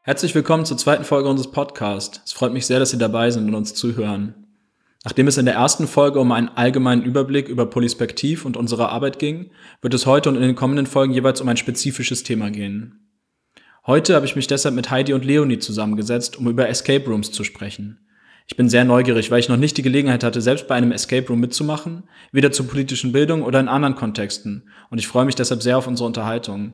Herzlich willkommen zur zweiten Folge unseres Podcasts. Es freut mich sehr, dass Sie dabei sind und uns zuhören. Nachdem es in der ersten Folge um einen allgemeinen Überblick über Polyspektiv und unsere Arbeit ging, wird es heute und in den kommenden Folgen jeweils um ein spezifisches Thema gehen. Heute habe ich mich deshalb mit Heidi und Leonie zusammengesetzt, um über Escape Rooms zu sprechen. Ich bin sehr neugierig, weil ich noch nicht die Gelegenheit hatte, selbst bei einem Escape Room mitzumachen, weder zur politischen Bildung oder in anderen Kontexten, und ich freue mich deshalb sehr auf unsere Unterhaltung.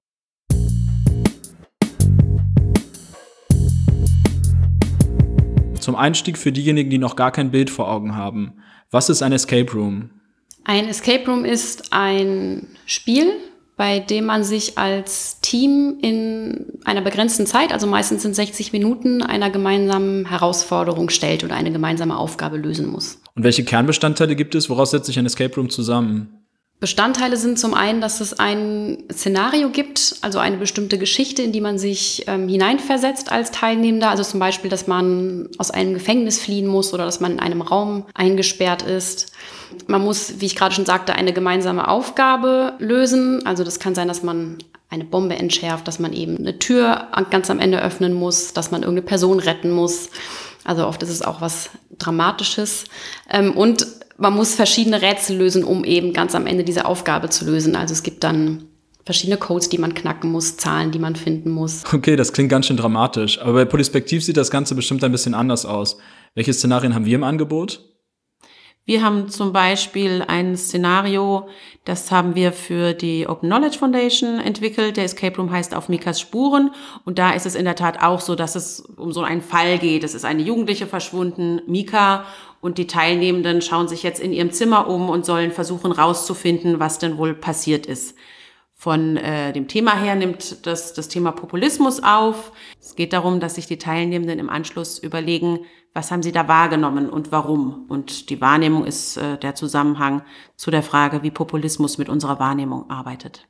Zum Einstieg für diejenigen, die noch gar kein Bild vor Augen haben. Was ist ein Escape Room? Ein Escape Room ist ein Spiel, bei dem man sich als Team in einer begrenzten Zeit, also meistens in 60 Minuten, einer gemeinsamen Herausforderung stellt oder eine gemeinsame Aufgabe lösen muss. Und welche Kernbestandteile gibt es? Woraus setzt sich ein Escape Room zusammen? Bestandteile sind zum einen, dass es ein Szenario gibt, also eine bestimmte Geschichte, in die man sich hineinversetzt als Teilnehmender. Also zum Beispiel, dass man aus einem Gefängnis fliehen muss oder dass man in einem Raum eingesperrt ist. Man muss, wie ich gerade schon sagte, eine gemeinsame Aufgabe lösen. Also das kann sein, dass man eine Bombe entschärft, dass man eben eine Tür ganz am Ende öffnen muss, dass man irgendeine Person retten muss. Also oft ist es auch was Dramatisches. Und man muss verschiedene Rätsel lösen, um eben ganz am Ende diese Aufgabe zu lösen. Also es gibt dann verschiedene Codes, die man knacken muss, Zahlen, die man finden muss. Okay, das klingt ganz schön dramatisch. Aber bei Polyspektiv sieht das Ganze bestimmt ein bisschen anders aus. Welche Szenarien haben wir im Angebot? Wir haben zum Beispiel ein Szenario, das haben wir für die Open Knowledge Foundation entwickelt. Der Escape Room heißt Auf Mikas Spuren. Und da ist es in der Tat auch so, dass es um so einen Fall geht. Es ist eine Jugendliche verschwunden, Mika. Und die Teilnehmenden schauen sich jetzt in ihrem Zimmer um und sollen versuchen rauszufinden, was denn wohl passiert ist. Von dem Thema her nimmt das Thema Populismus auf. Es geht darum, dass sich die Teilnehmenden im Anschluss überlegen, was haben sie da wahrgenommen und warum. Und die Wahrnehmung ist der Zusammenhang zu der Frage, wie Populismus mit unserer Wahrnehmung arbeitet.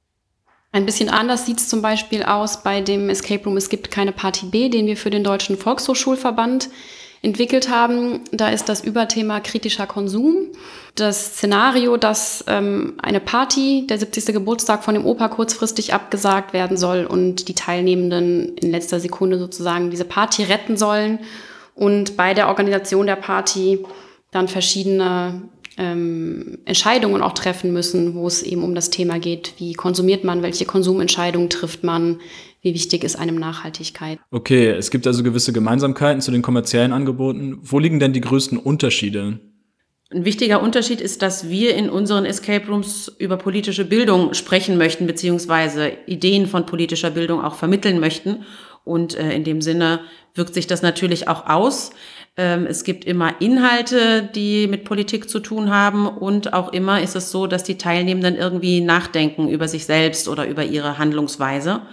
Ein bisschen anders sieht es zum Beispiel aus bei dem Escape Room Es gibt keine Party B, den wir für den Deutschen Volkshochschulverband entwickelt haben. Da ist das Überthema kritischer Konsum. Das Szenario, dass eine Party, der 70. Geburtstag von dem Opa, kurzfristig abgesagt werden soll und die Teilnehmenden in letzter Sekunde sozusagen diese Party retten sollen und bei der Organisation der Party dann verschiedene Entscheidungen auch treffen müssen, wo es eben um das Thema geht, wie konsumiert man, welche Konsumentscheidungen trifft man, wie wichtig ist einem Nachhaltigkeit. Okay, es gibt also gewisse Gemeinsamkeiten zu den kommerziellen Angeboten. Wo liegen denn die größten Unterschiede? Ein wichtiger Unterschied ist, dass wir in unseren Escape Rooms über politische Bildung sprechen möchten, beziehungsweise Ideen von politischer Bildung auch vermitteln möchten. Und in dem Sinne wirkt sich das natürlich auch aus. Es gibt immer Inhalte, die mit Politik zu tun haben, und auch immer ist es so, dass die Teilnehmenden irgendwie nachdenken über sich selbst oder über ihre Handlungsweise.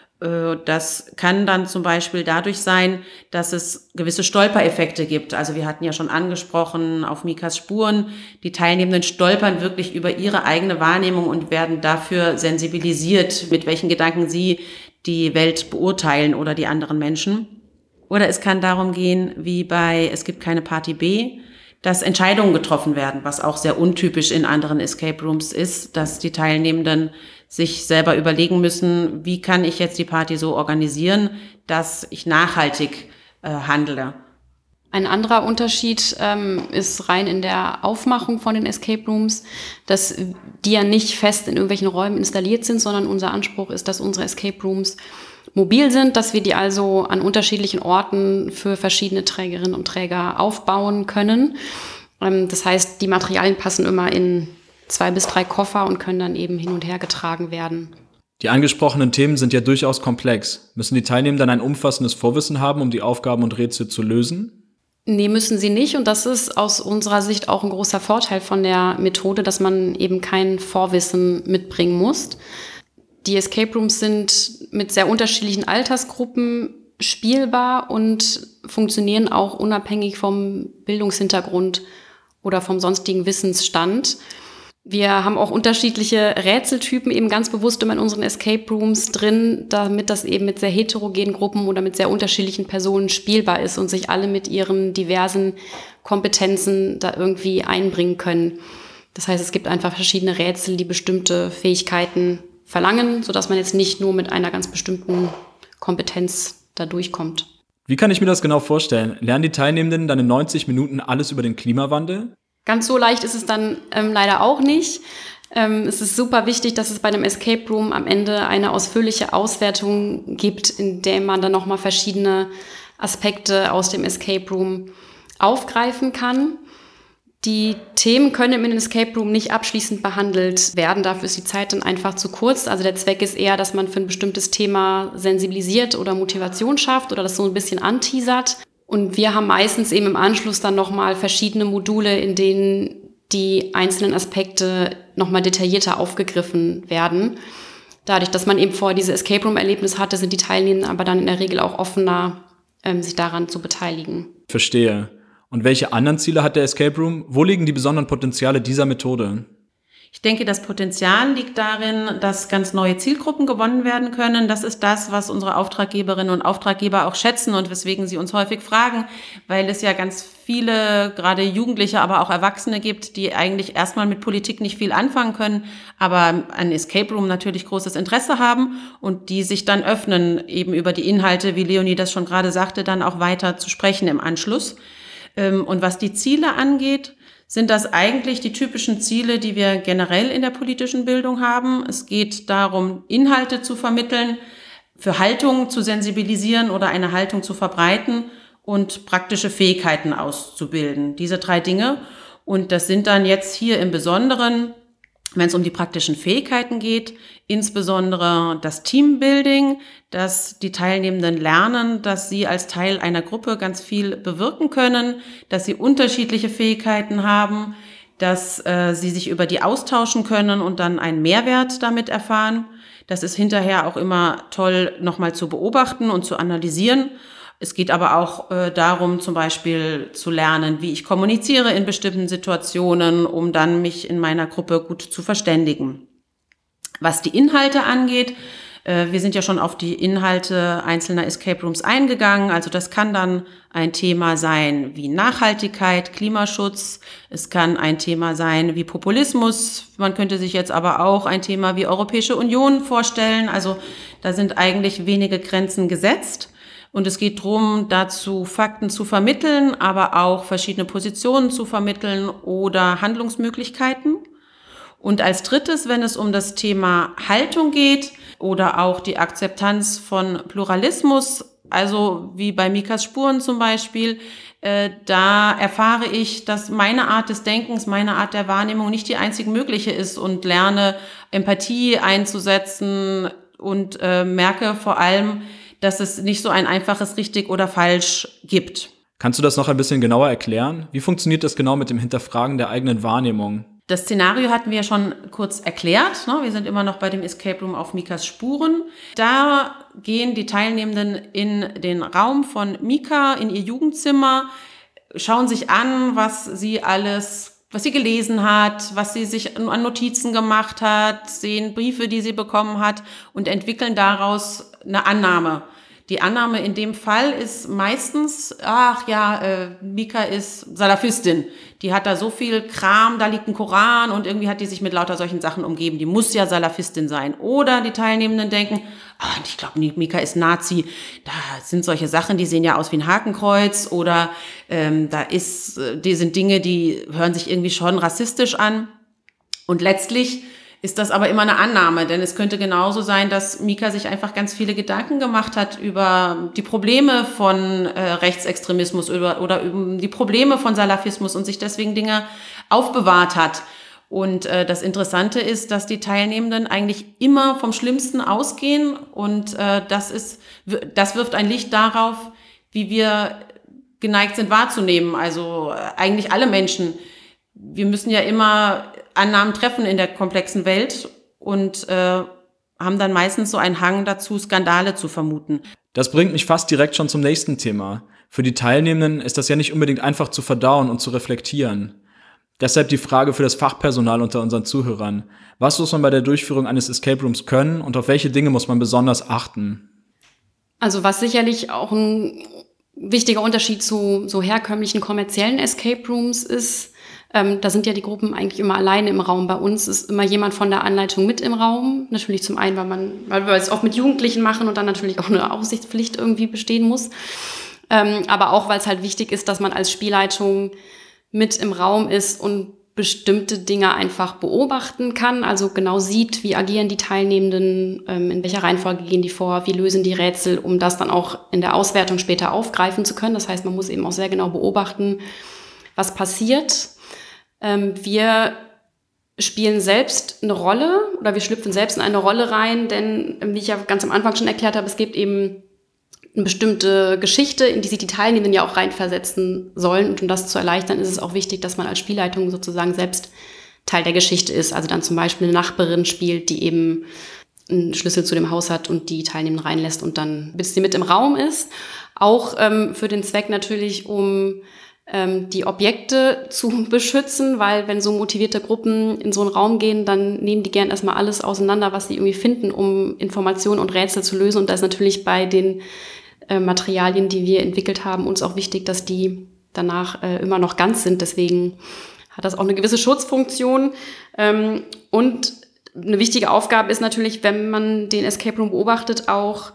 Das kann dann zum Beispiel dadurch sein, dass es gewisse Stolpereffekte gibt. Also wir hatten ja schon angesprochen, auf Mikas Spuren, die Teilnehmenden stolpern wirklich über ihre eigene Wahrnehmung und werden dafür sensibilisiert, mit welchen Gedanken sie die Welt beurteilen oder die anderen Menschen. Oder es kann darum gehen, wie bei Es gibt keine Party B, dass Entscheidungen getroffen werden, was auch sehr untypisch in anderen Escape Rooms ist, dass die Teilnehmenden sich selber überlegen müssen, wie kann ich jetzt die Party so organisieren, dass ich nachhaltig handle. Ein anderer Unterschied ist rein in der Aufmachung von den Escape Rooms, dass die ja nicht fest in irgendwelchen Räumen installiert sind, sondern unser Anspruch ist, dass unsere Escape Rooms mobil sind, dass wir die also an unterschiedlichen Orten für verschiedene Trägerinnen und Träger aufbauen können. Das heißt, die Materialien passen immer in 2 bis 3 Koffer und können dann eben hin und her getragen werden. Die angesprochenen Themen sind ja durchaus komplex. Müssen die Teilnehmenden ein umfassendes Vorwissen haben, um die Aufgaben und Rätsel zu lösen? Nee, müssen sie nicht. Und das ist aus unserer Sicht auch ein großer Vorteil von der Methode, dass man eben kein Vorwissen mitbringen muss. Die Escape Rooms sind mit sehr unterschiedlichen Altersgruppen spielbar und funktionieren auch unabhängig vom Bildungshintergrund oder vom sonstigen Wissensstand. Wir haben auch unterschiedliche Rätseltypen eben ganz bewusst immer in unseren Escape Rooms drin, damit das eben mit sehr heterogenen Gruppen oder mit sehr unterschiedlichen Personen spielbar ist und sich alle mit ihren diversen Kompetenzen da irgendwie einbringen können. Das heißt, es gibt einfach verschiedene Rätsel, die bestimmte Fähigkeiten verlangen, sodass man jetzt nicht nur mit einer ganz bestimmten Kompetenz da durchkommt. Wie kann ich mir das genau vorstellen? Lernen die Teilnehmenden dann in 90 Minuten alles über den Klimawandel? Ganz so leicht ist es dann leider auch nicht. Es ist super wichtig, dass es bei einem Escape Room am Ende eine ausführliche Auswertung gibt, in der man dann nochmal verschiedene Aspekte aus dem Escape Room aufgreifen kann. Die Themen können im Escape Room nicht abschließend behandelt werden. Dafür ist die Zeit dann einfach zu kurz. Also der Zweck ist eher, dass man für ein bestimmtes Thema sensibilisiert oder Motivation schafft oder das so ein bisschen anteasert. Und wir haben meistens eben im Anschluss dann nochmal verschiedene Module, in denen die einzelnen Aspekte nochmal detaillierter aufgegriffen werden. Dadurch, dass man eben vorher diese Escape Room-Erlebnis hatte, sind die Teilnehmenden aber dann in der Regel auch offener, sich daran zu beteiligen. Verstehe. Und welche anderen Ziele hat der Escape Room? Wo liegen die besonderen Potenziale dieser Methode? Ich denke, das Potenzial liegt darin, dass ganz neue Zielgruppen gewonnen werden können. Das ist das, was unsere Auftraggeberinnen und Auftraggeber auch schätzen und weswegen sie uns häufig fragen, weil es ja ganz viele, gerade Jugendliche, aber auch Erwachsene gibt, die eigentlich erstmal mit Politik nicht viel anfangen können, aber an Escape Room natürlich großes Interesse haben und die sich dann öffnen, eben über die Inhalte, wie Leonie das schon gerade sagte, dann auch weiter zu sprechen im Anschluss. Und was die Ziele angeht, sind das eigentlich die typischen Ziele, die wir generell in der politischen Bildung haben. Es geht darum, Inhalte zu vermitteln, für Haltung zu sensibilisieren oder eine Haltung zu verbreiten und praktische Fähigkeiten auszubilden. Diese 3 Dinge. Und das sind dann jetzt hier im Besonderen, wenn es um die praktischen Fähigkeiten geht, insbesondere das Teambuilding, dass die Teilnehmenden lernen, dass sie als Teil einer Gruppe ganz viel bewirken können, dass sie unterschiedliche Fähigkeiten haben, dass sie sich über die austauschen können und dann einen Mehrwert damit erfahren. Das ist hinterher auch immer toll, nochmal zu beobachten und zu analysieren. Es geht aber auch darum, zum Beispiel zu lernen, wie ich kommuniziere in bestimmten Situationen, um dann mich in meiner Gruppe gut zu verständigen. Was die Inhalte angeht, wir sind ja schon auf die Inhalte einzelner Escape Rooms eingegangen. Also das kann dann ein Thema sein wie Nachhaltigkeit, Klimaschutz. Es kann ein Thema sein wie Populismus. Man könnte sich jetzt aber auch ein Thema wie Europäische Union vorstellen. Also da sind eigentlich wenige Grenzen gesetzt. Und es geht darum, dazu Fakten zu vermitteln, aber auch verschiedene Positionen zu vermitteln oder Handlungsmöglichkeiten. Und als drittes, wenn es um das Thema Haltung geht oder auch die Akzeptanz von Pluralismus, also wie bei Mikas Spuren zum Beispiel, da erfahre ich, dass meine Art des Denkens, meine Art der Wahrnehmung nicht die einzig mögliche ist und lerne Empathie einzusetzen und merke vor allem, dass es nicht so ein einfaches richtig oder falsch gibt. Kannst du das noch ein bisschen genauer erklären? Wie funktioniert das genau mit dem Hinterfragen der eigenen Wahrnehmung? Das Szenario hatten wir ja schon kurz erklärt. Wir sind immer noch bei dem Escape Room auf Mikas Spuren. Da gehen die Teilnehmenden in den Raum von Mika, in ihr Jugendzimmer, schauen sich an, was sie gelesen hat, was sie sich an Notizen gemacht hat, sehen Briefe, die sie bekommen hat und entwickeln daraus eine Annahme. Die Annahme in dem Fall ist meistens, Mika ist Salafistin. Die hat da so viel Kram, da liegt ein Koran und irgendwie hat die sich mit lauter solchen Sachen umgeben. Die muss ja Salafistin sein. Oder die Teilnehmenden denken, ich glaube, Mika ist Nazi. Da sind solche Sachen, die sehen ja aus wie ein Hakenkreuz. Oder die sind Dinge, die hören sich irgendwie schon rassistisch an. Und letztlich ist das aber immer eine Annahme, denn es könnte genauso sein, dass Mika sich einfach ganz viele Gedanken gemacht hat über die Probleme von Rechtsextremismus oder über die Probleme von Salafismus und sich deswegen Dinge aufbewahrt hat. Und das Interessante ist, dass die Teilnehmenden eigentlich immer vom Schlimmsten ausgehen und das wirft ein Licht darauf, wie wir geneigt sind wahrzunehmen. Also eigentlich alle Menschen. Wir müssen ja immer Annahmen treffen in der komplexen Welt und haben dann meistens so einen Hang dazu, Skandale zu vermuten. Das bringt mich fast direkt schon zum nächsten Thema. Für die Teilnehmenden ist das ja nicht unbedingt einfach zu verdauen und zu reflektieren. Deshalb die Frage für das Fachpersonal unter unseren Zuhörern. Was muss man bei der Durchführung eines Escape Rooms können und auf welche Dinge muss man besonders achten? Also was sicherlich auch ein wichtiger Unterschied zu so herkömmlichen kommerziellen Escape Rooms ist, Da sind ja die Gruppen eigentlich immer alleine im Raum. Bei uns ist immer jemand von der Anleitung mit im Raum. Natürlich zum einen, weil wir es oft mit Jugendlichen machen und dann natürlich auch eine Aufsichtspflicht irgendwie bestehen muss. Aber auch, weil es halt wichtig ist, dass man als Spielleitung mit im Raum ist und bestimmte Dinge einfach beobachten kann. Also genau sieht, wie agieren die Teilnehmenden, in welcher Reihenfolge gehen die vor, wie lösen die Rätsel, um das dann auch in der Auswertung später aufgreifen zu können. Das heißt, man muss eben auch sehr genau beobachten, was passiert. Wir spielen selbst eine Rolle oder wir schlüpfen selbst in eine Rolle rein, denn wie ich ja ganz am Anfang schon erklärt habe, es gibt eben eine bestimmte Geschichte, in die sich die Teilnehmenden ja auch reinversetzen sollen. Und um das zu erleichtern, ist es auch wichtig, dass man als Spielleitung sozusagen selbst Teil der Geschichte ist. Also dann zum Beispiel eine Nachbarin spielt, die eben einen Schlüssel zu dem Haus hat und die Teilnehmenden reinlässt und dann, bis sie mit im Raum ist. Auch für den Zweck natürlich, um die Objekte zu beschützen, weil wenn so motivierte Gruppen in so einen Raum gehen, dann nehmen die gern erstmal alles auseinander, was sie irgendwie finden, um Informationen und Rätsel zu lösen. Und da ist natürlich bei den Materialien, die wir entwickelt haben, uns auch wichtig, dass die danach immer noch ganz sind. Deswegen hat das auch eine gewisse Schutzfunktion. Und eine wichtige Aufgabe ist natürlich, wenn man den Escape Room beobachtet, auch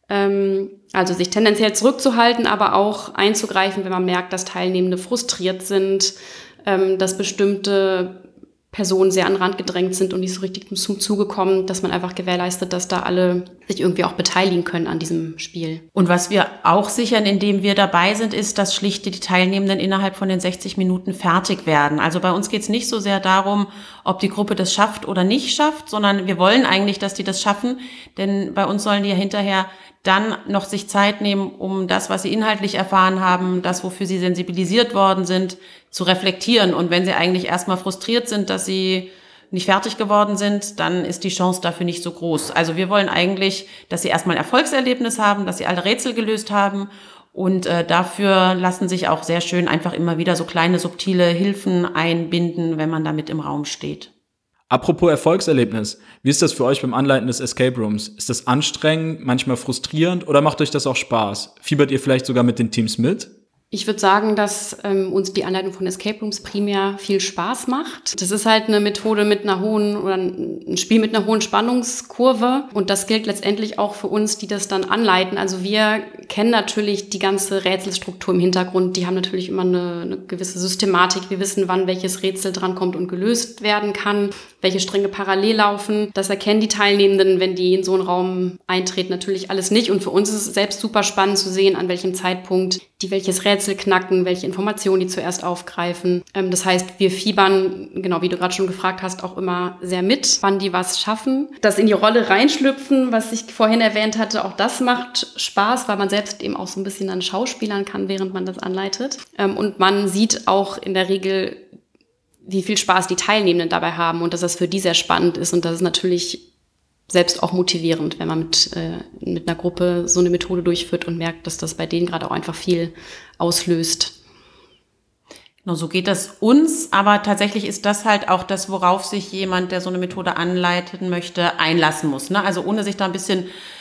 also sich tendenziell zurückzuhalten, aber auch einzugreifen, wenn man merkt, dass Teilnehmende frustriert sind, dass bestimmte Personen sehr an den Rand gedrängt sind und nicht so richtig zum Zuge kommen, dass man einfach gewährleistet, dass da alle sich irgendwie auch beteiligen können an diesem Spiel. Und was wir auch sichern, indem wir dabei sind, ist, dass schlicht die Teilnehmenden innerhalb von den 60 Minuten fertig werden. Also bei uns geht es nicht so sehr darum, ob die Gruppe das schafft oder nicht schafft, sondern wir wollen eigentlich, dass die das schaffen, denn bei uns sollen die ja hinterher dann noch sich Zeit nehmen, um das, was sie inhaltlich erfahren haben, das, wofür sie sensibilisiert worden sind, zu reflektieren. Und wenn sie eigentlich erstmal frustriert sind, dass sie nicht fertig geworden sind, dann ist die Chance dafür nicht so groß. Also wir wollen eigentlich, dass sie erstmal ein Erfolgserlebnis haben, dass sie alle Rätsel gelöst haben. Und dafür lassen sich auch sehr schön einfach immer wieder so kleine subtile Hilfen einbinden, wenn man da mit im Raum steht. Apropos Erfolgserlebnis, wie ist das für euch beim Anleiten des Escape Rooms? Ist das anstrengend, manchmal frustrierend oder macht euch das auch Spaß? Fiebert ihr vielleicht sogar mit den Teams mit? Ich würde sagen, dass uns die Anleitung von Escape Rooms primär viel Spaß macht. Das ist halt eine Methode mit einer hohen oder ein Spiel mit einer hohen Spannungskurve. Und das gilt letztendlich auch für uns, die das dann anleiten. Also wir kennen natürlich die ganze Rätselstruktur im Hintergrund. Die haben natürlich immer eine gewisse Systematik. Wir wissen, wann welches Rätsel drankommt und gelöst werden kann, welche Stränge parallel laufen. Das erkennen die Teilnehmenden, wenn die in so einen Raum eintreten, natürlich alles nicht. Und für uns ist es selbst super spannend zu sehen, an welchem Zeitpunkt die welches Rätsel knacken, welche Informationen die zuerst aufgreifen. Das heißt, wir fiebern, genau wie du gerade schon gefragt hast, auch immer sehr mit, wann die was schaffen. Das in die Rolle reinschlüpfen, was ich vorhin erwähnt hatte, auch das macht Spaß, weil man selbst eben auch so ein bisschen dann schauspielern kann, während man das anleitet. Und man sieht auch in der Regel, wie viel Spaß die Teilnehmenden dabei haben und dass das für die sehr spannend ist. Und das ist natürlich selbst auch motivierend, wenn man mit einer Gruppe so eine Methode durchführt und merkt, dass das bei denen gerade auch einfach viel auslöst. Genau, so geht das uns, aber tatsächlich ist das halt auch das, worauf sich jemand, der so eine Methode anleiten möchte, einlassen muss. Ne? Also ohne sich da ein bisschen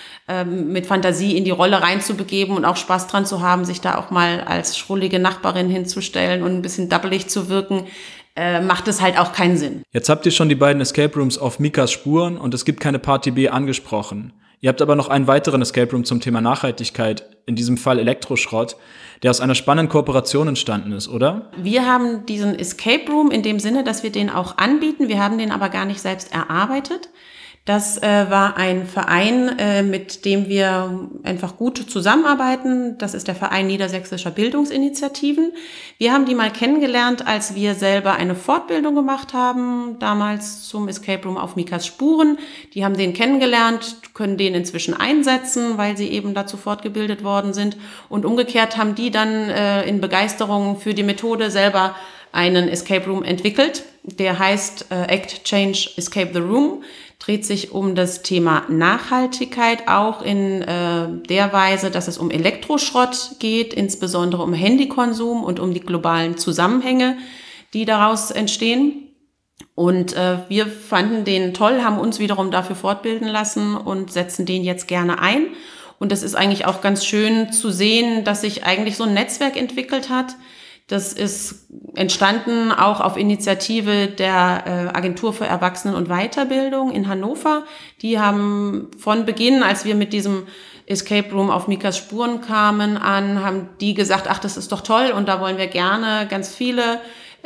mit Fantasie in die Rolle reinzubegeben und auch Spaß dran zu haben, sich da auch mal als schrullige Nachbarin hinzustellen und ein bisschen dabbelig zu wirken, macht es halt auch keinen Sinn. Jetzt habt ihr schon die beiden Escape Rooms auf Mikas Spuren und es gibt keine Party B angesprochen. Ihr habt aber noch einen weiteren Escape Room zum Thema Nachhaltigkeit, in diesem Fall Elektroschrott, der aus einer spannenden Kooperation entstanden ist, oder? Wir haben diesen Escape Room in dem Sinne, dass wir den auch anbieten. Wir haben den aber gar nicht selbst erarbeitet. Das war ein Verein, mit dem wir einfach gut zusammenarbeiten. Das ist der Verein Niedersächsischer Bildungsinitiativen. Wir haben die mal kennengelernt, als wir selber eine Fortbildung gemacht haben, damals zum Escape Room auf Mikas Spuren. Die haben den kennengelernt, können den inzwischen einsetzen, weil sie eben dazu fortgebildet worden sind. Und umgekehrt haben die dann in Begeisterung für die Methode selber einen Escape Room entwickelt. Der heißt Act, Change, Escape the Room. Dreht sich um das Thema Nachhaltigkeit, auch in der Weise, dass es um Elektroschrott geht, insbesondere um Handykonsum und um die globalen Zusammenhänge, die daraus entstehen. Und wir fanden den toll, haben uns wiederum dafür fortbilden lassen und setzen den jetzt gerne ein. Und es ist eigentlich auch ganz schön zu sehen, dass sich eigentlich so ein Netzwerk entwickelt hat, Das ist entstanden auch auf Initiative der Agentur für Erwachsenen- und Weiterbildung in Hannover. Die haben von Beginn, als wir mit diesem Escape Room auf Mikas Spuren kamen haben die gesagt, ach, das ist doch toll und da wollen wir gerne ganz viele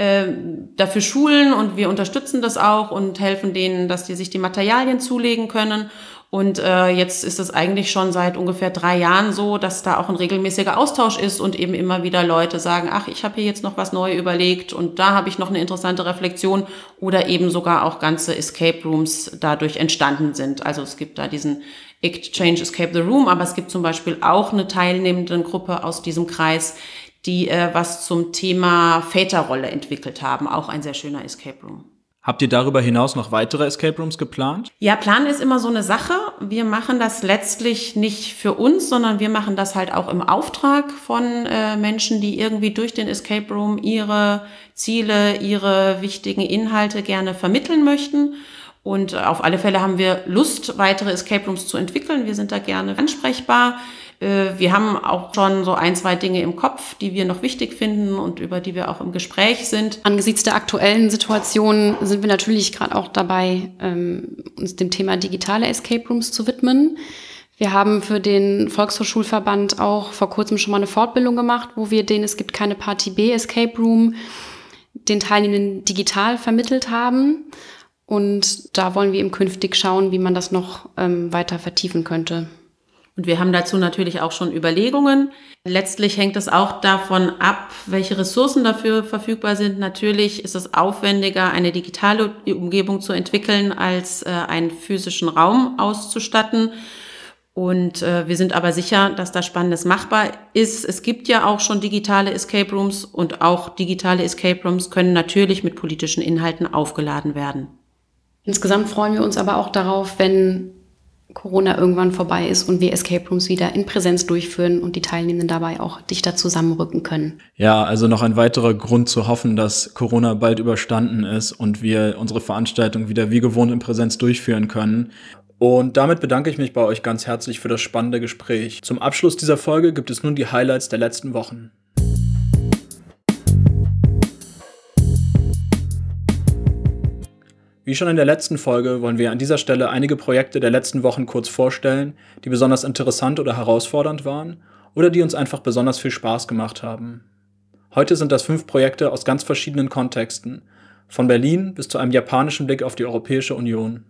dafür schulen und wir unterstützen das auch und helfen denen, dass die sich die Materialien zulegen können. Und jetzt ist es eigentlich schon seit ungefähr 3 Jahren so, dass da auch ein regelmäßiger Austausch ist und eben immer wieder Leute sagen, ach, ich habe hier jetzt noch was neu überlegt und da habe ich noch eine interessante Reflexion oder eben sogar auch ganze Escape Rooms dadurch entstanden sind. Also es gibt da diesen Exchange Escape the Room, aber es gibt zum Beispiel auch eine teilnehmende Gruppe aus diesem Kreis, die was zum Thema Väterrolle entwickelt haben. Auch ein sehr schöner Escape Room. Habt ihr darüber hinaus noch weitere Escape Rooms geplant? Ja, Planen ist immer so eine Sache. Wir machen das letztlich nicht für uns, sondern wir machen das halt auch im Auftrag von Menschen, die irgendwie durch den Escape Room ihre Ziele, ihre wichtigen Inhalte gerne vermitteln möchten. Und auf alle Fälle haben wir Lust, weitere Escape Rooms zu entwickeln. Wir sind da gerne ansprechbar. Wir haben auch schon so 1, 2 Dinge im Kopf, die wir noch wichtig finden und über die wir auch im Gespräch sind. Angesichts der aktuellen Situation sind wir natürlich gerade auch dabei, uns dem Thema digitale Escape Rooms zu widmen. Wir haben für den Volkshochschulverband auch vor kurzem schon mal eine Fortbildung gemacht, wo wir es gibt keine Party B Escape Room, den Teilnehmenden digital vermittelt haben. Und da wollen wir eben künftig schauen, wie man das noch weiter vertiefen könnte. Und wir haben dazu natürlich auch schon Überlegungen. Letztlich hängt es auch davon ab, welche Ressourcen dafür verfügbar sind. Natürlich ist es aufwendiger, eine digitale Umgebung zu entwickeln, als einen physischen Raum auszustatten. Und wir sind aber sicher, dass da Spannendes machbar ist. Es gibt ja auch schon digitale Escape Rooms und auch digitale Escape Rooms können natürlich mit politischen Inhalten aufgeladen werden. Insgesamt freuen wir uns aber auch darauf, wenn Corona irgendwann vorbei ist und wir Escape Rooms wieder in Präsenz durchführen und die Teilnehmenden dabei auch dichter zusammenrücken können. Ja, also noch ein weiterer Grund zu hoffen, dass Corona bald überstanden ist und wir unsere Veranstaltung wieder wie gewohnt in Präsenz durchführen können. Und damit bedanke ich mich bei euch ganz herzlich für das spannende Gespräch. Zum Abschluss dieser Folge gibt es nun die Highlights der letzten Wochen. Wie schon in der letzten Folge wollen wir an dieser Stelle einige Projekte der letzten Wochen kurz vorstellen, die besonders interessant oder herausfordernd waren oder die uns einfach besonders viel Spaß gemacht haben. Heute sind das 5 Projekte aus ganz verschiedenen Kontexten, von Berlin bis zu einem japanischen Blick auf die Europäische Union.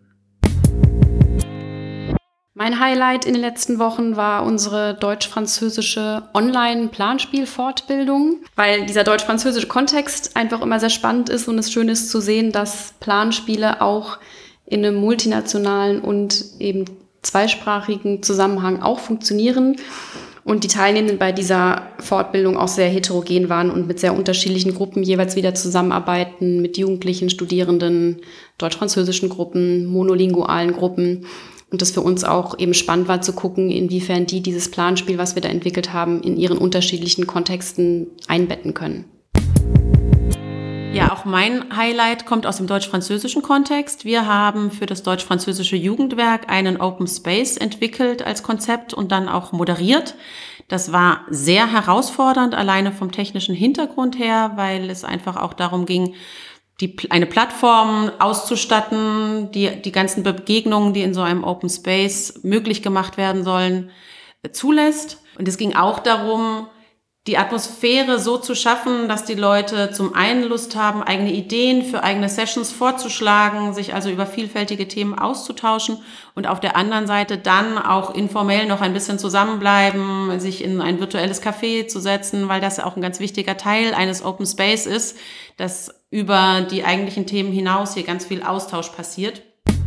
Mein Highlight in den letzten Wochen war unsere deutsch-französische Online-Planspiel-Fortbildung, weil dieser deutsch-französische Kontext einfach immer sehr spannend ist und es schön ist zu sehen, dass Planspiele auch in einem multinationalen und eben zweisprachigen Zusammenhang auch funktionieren und die Teilnehmenden bei dieser Fortbildung auch sehr heterogen waren und mit sehr unterschiedlichen Gruppen jeweils wieder zusammenarbeiten, mit Jugendlichen, Studierenden, deutsch-französischen Gruppen, monolingualen Gruppen. Und das für uns auch eben spannend war zu gucken, inwiefern die dieses Planspiel, was wir da entwickelt haben, in ihren unterschiedlichen Kontexten einbetten können. Ja, auch mein Highlight kommt aus dem deutsch-französischen Kontext. Wir haben für das deutsch-französische Jugendwerk einen Open Space entwickelt als Konzept und dann auch moderiert. Das war sehr herausfordernd, alleine vom technischen Hintergrund her, weil es einfach auch darum ging, eine Plattform auszustatten, die ganzen Begegnungen, die in so einem Open Space möglich gemacht werden sollen, zulässt. Und es ging auch darum, die Atmosphäre so zu schaffen, dass die Leute zum einen Lust haben, eigene Ideen für eigene Sessions vorzuschlagen, sich also über vielfältige Themen auszutauschen und auf der anderen Seite dann auch informell noch ein bisschen zusammenbleiben, sich in ein virtuelles Café zu setzen, weil das auch ein ganz wichtiger Teil eines Open Space ist, dass über die eigentlichen Themen hinaus hier ganz viel Austausch passiert.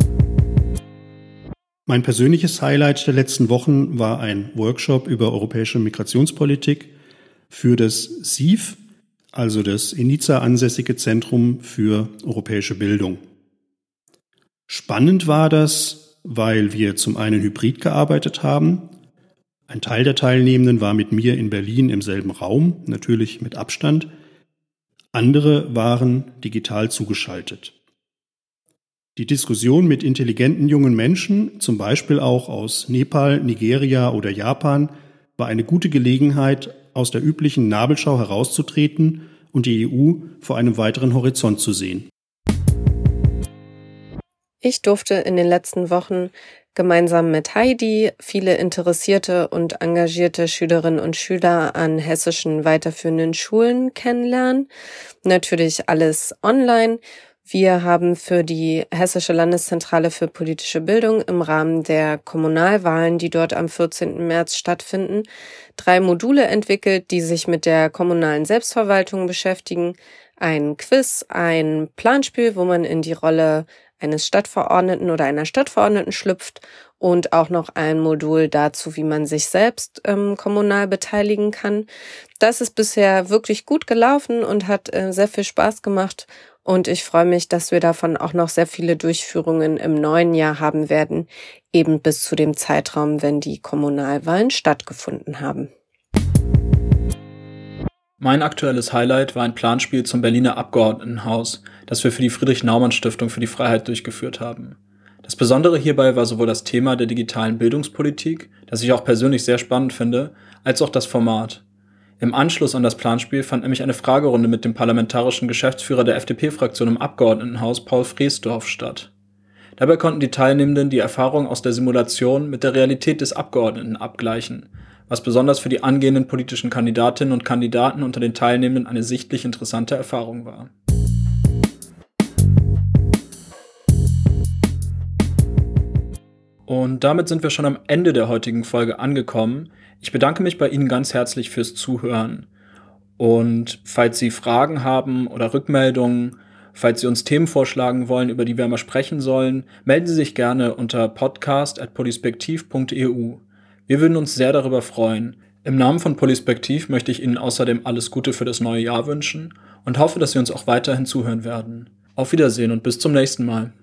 Mein persönliches Highlight der letzten Wochen war ein Workshop über europäische Migrationspolitik für das SIV, also das in Nizza ansässige Zentrum für europäische Bildung. Spannend war das, weil wir zum einen hybrid gearbeitet haben. Ein Teil der Teilnehmenden war mit mir in Berlin im selben Raum, natürlich mit Abstand. Andere waren digital zugeschaltet. Die Diskussion mit intelligenten jungen Menschen, zum Beispiel auch aus Nepal, Nigeria oder Japan, war eine gute Gelegenheit, aus der üblichen Nabelschau herauszutreten und die EU vor einem weiteren Horizont zu sehen. Ich durfte in den letzten Wochen gemeinsam mit Heidi viele interessierte und engagierte Schülerinnen und Schüler an hessischen weiterführenden Schulen kennenlernen. Natürlich alles online. Wir haben für die Hessische Landeszentrale für politische Bildung im Rahmen der Kommunalwahlen, die dort am 14. März stattfinden, 3 Module entwickelt, die sich mit der kommunalen Selbstverwaltung beschäftigen. Ein Quiz, ein Planspiel, wo man in die Rolle eines Stadtverordneten oder einer Stadtverordneten schlüpft und auch noch ein Modul dazu, wie man sich selbst kommunal beteiligen kann. Das ist bisher wirklich gut gelaufen und hat sehr viel Spaß gemacht. Und ich freue mich, dass wir davon auch noch sehr viele Durchführungen im neuen Jahr haben werden, eben bis zu dem Zeitraum, wenn die Kommunalwahlen stattgefunden haben. Mein aktuelles Highlight war ein Planspiel zum Berliner Abgeordnetenhaus, das wir für die Friedrich-Naumann-Stiftung für die Freiheit durchgeführt haben. Das Besondere hierbei war sowohl das Thema der digitalen Bildungspolitik, das ich auch persönlich sehr spannend finde, als auch das Format. Im Anschluss an das Planspiel fand nämlich eine Fragerunde mit dem parlamentarischen Geschäftsführer der FDP-Fraktion im Abgeordnetenhaus, Paul Freesdorf, statt. Dabei konnten die Teilnehmenden die Erfahrung aus der Simulation mit der Realität des Abgeordneten abgleichen, was besonders für die angehenden politischen Kandidatinnen und Kandidaten unter den Teilnehmenden eine sichtlich interessante Erfahrung war. Und damit sind wir schon am Ende der heutigen Folge angekommen. Ich bedanke mich bei Ihnen ganz herzlich fürs Zuhören. Und falls Sie Fragen haben oder Rückmeldungen, falls Sie uns Themen vorschlagen wollen, über die wir mal sprechen sollen, melden Sie sich gerne unter podcast@polispektiv.eu. Wir würden uns sehr darüber freuen. Im Namen von Polispektiv möchte ich Ihnen außerdem alles Gute für das neue Jahr wünschen und hoffe, dass Sie uns auch weiterhin zuhören werden. Auf Wiedersehen und bis zum nächsten Mal.